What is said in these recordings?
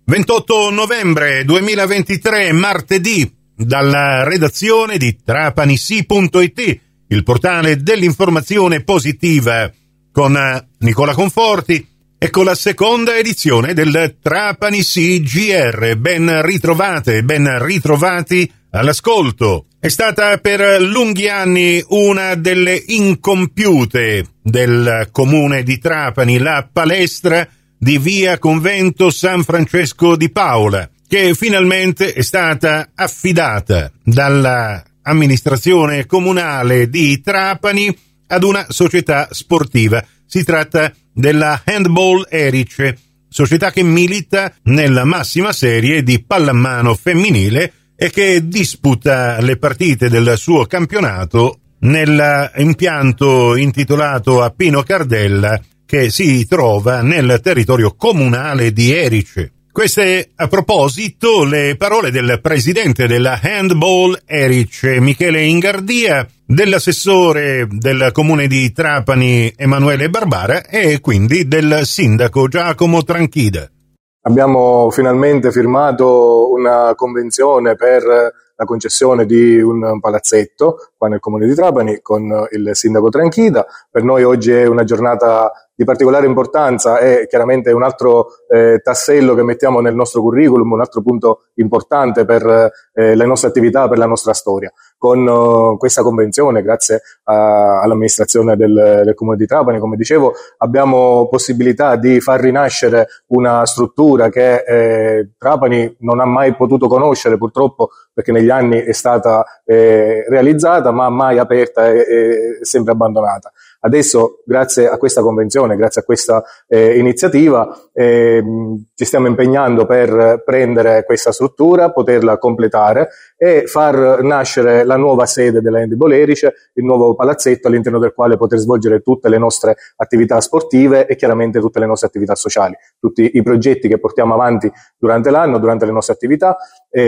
28 novembre 2023, martedì, dalla redazione di TrapaniSì.it, il portale dell'informazione positiva, con Nicola Conforti e con la seconda edizione del Trapani Sì GR. Ben ritrovate, ben ritrovati all'ascolto. È stata per lunghi anni una delle incompiute del comune di Trapani, la palestra di via Convento San Francesco di Paola, che finalmente è stata affidata dalla amministrazione comunale di Trapani ad una società sportiva. Si tratta della Handball Erice, società che milita nella massima serie di pallamano femminile e che disputa le partite del suo campionato nell'impianto intitolato a Pino Cardella, che si trova nel territorio comunale di Erice. Queste, a proposito, le parole del presidente della Handball Erice, Michele Ingardia, dell'assessore del comune di Trapani, Emanuele Barbara, e quindi del sindaco Giacomo Tranchida. Abbiamo finalmente firmato una convenzione per la concessione di un palazzetto qua nel comune di Trapani con il sindaco Tranchida. Per noi oggi è una giornata di particolare importanza e chiaramente è un altro tassello che mettiamo nel nostro curriculum, un altro punto importante per le nostre attività, per la nostra storia. Con questa convenzione, grazie all'amministrazione del comune di Trapani, come dicevo, abbiamo possibilità di far rinascere una struttura che Trapani non ha mai potuto conoscere, purtroppo, perché negli anni è stata realizzata ma mai aperta e sempre abbandonata. Adesso, grazie a questa convenzione, grazie a questa iniziativa, ci stiamo impegnando per prendere questa struttura, poterla completare e far nascere la nuova sede della Handball Erice, il nuovo palazzetto all'interno del quale poter svolgere tutte le nostre attività sportive e chiaramente tutte le nostre attività sociali, tutti i progetti che portiamo avanti durante l'anno, durante le nostre attività,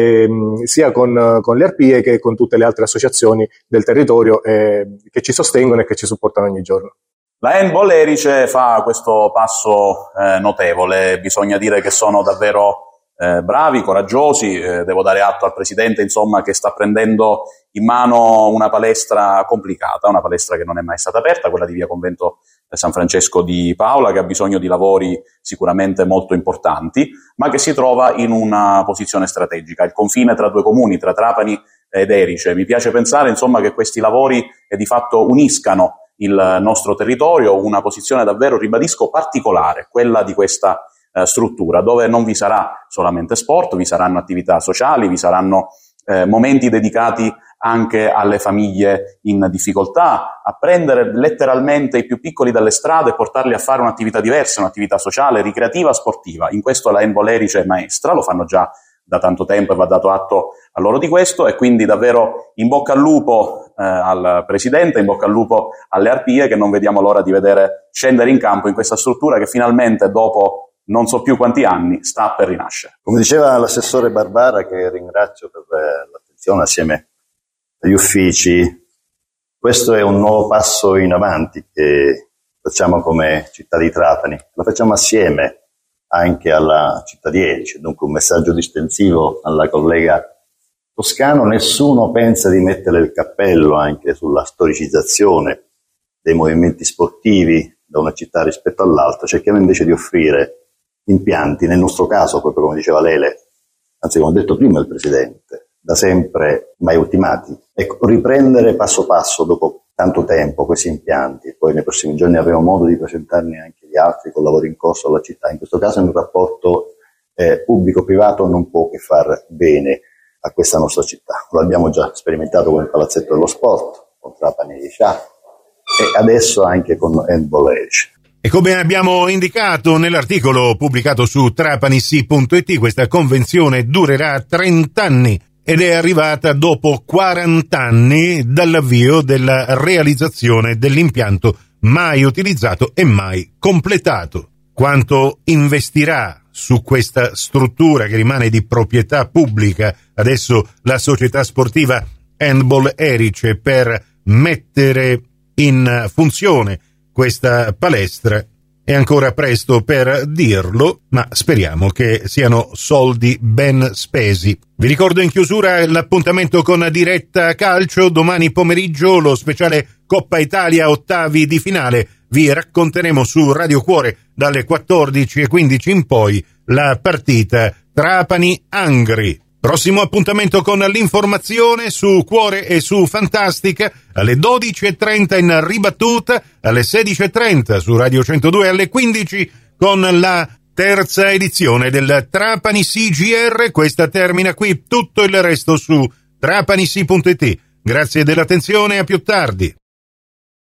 sia con le Arpie che con tutte le altre associazioni del territorio che ci sostengono e che ci supportano ogni giorno. La Handball Erice fa questo passo notevole, bisogna dire che sono davvero bravi, coraggiosi, devo dare atto al presidente, insomma, che sta prendendo in mano una palestra complicata, una palestra che non è mai stata aperta, quella di via Convento San Francesco di Paola, che ha bisogno di lavori sicuramente molto importanti, ma che si trova in una posizione strategica, il confine tra due comuni, tra Trapani ed Erice. Mi piace pensare, insomma, che questi lavori di fatto uniscano il nostro territorio, una posizione davvero, ribadisco, particolare, quella di questa struttura, dove non vi sarà solamente sport, vi saranno attività sociali, vi saranno momenti dedicati anche alle famiglie in difficoltà, a prendere letteralmente i più piccoli dalle strade e portarli a fare un'attività diversa, un'attività sociale, ricreativa, sportiva. In questo la Handball Erice è maestra, lo fanno già da tanto tempo e va dato atto a loro di questo, e quindi davvero in bocca al lupo al presidente, in bocca al lupo alle Arpie, che non vediamo l'ora di vedere scendere in campo in questa struttura che finalmente, dopo non so più quanti anni, sta per rinascere. Come diceva l'assessore Barbara, che ringrazio per l'attenzione assieme agli uffici, questo è un nuovo passo in avanti che facciamo come città di Trapani, lo facciamo assieme anche alla città di Erice, dunque un messaggio distensivo alla collega Toscano. Nessuno pensa di mettere il cappello anche sulla storicizzazione dei movimenti sportivi da una città rispetto all'altra, cerchiamo invece di offrire impianti, nel nostro caso, proprio come diceva Lele, anzi come ha detto prima il Presidente, da sempre mai ultimati. Ecco, riprendere passo passo dopo tanto tempo questi impianti, poi nei prossimi giorni avremo modo di presentarne anche gli altri con lavori in corso alla città. In questo caso è un rapporto pubblico-privato non può che far bene a questa nostra città. Lo abbiamo già sperimentato con il Palazzetto dello Sport, con Trapani e Scià, e adesso anche con Handball Erice. E come abbiamo indicato nell'articolo pubblicato su TrapaniSì.it, questa convenzione durerà 30 anni ed è arrivata dopo 40 anni dall'avvio della realizzazione dell'impianto mai utilizzato e mai completato. Quanto investirà su questa struttura che rimane di proprietà pubblica adesso la società sportiva Handball Erice per mettere in funzione questa palestra è ancora presto per dirlo, ma speriamo che siano soldi ben spesi. Vi ricordo in chiusura l'appuntamento con Diretta Calcio. Domani pomeriggio lo speciale Coppa Italia ottavi di finale. Vi racconteremo su Radio Cuore dalle 14:15 in poi la partita Trapani-Angri. Prossimo appuntamento con l'informazione su Cuore e su Fantastica alle 12:30 in ribattuta, alle 16:30 su Radio 102, alle 15 con la terza edizione del Trapani CGR. Questa termina qui, tutto il resto su trapanisi.it. Grazie dell'attenzione, a più tardi.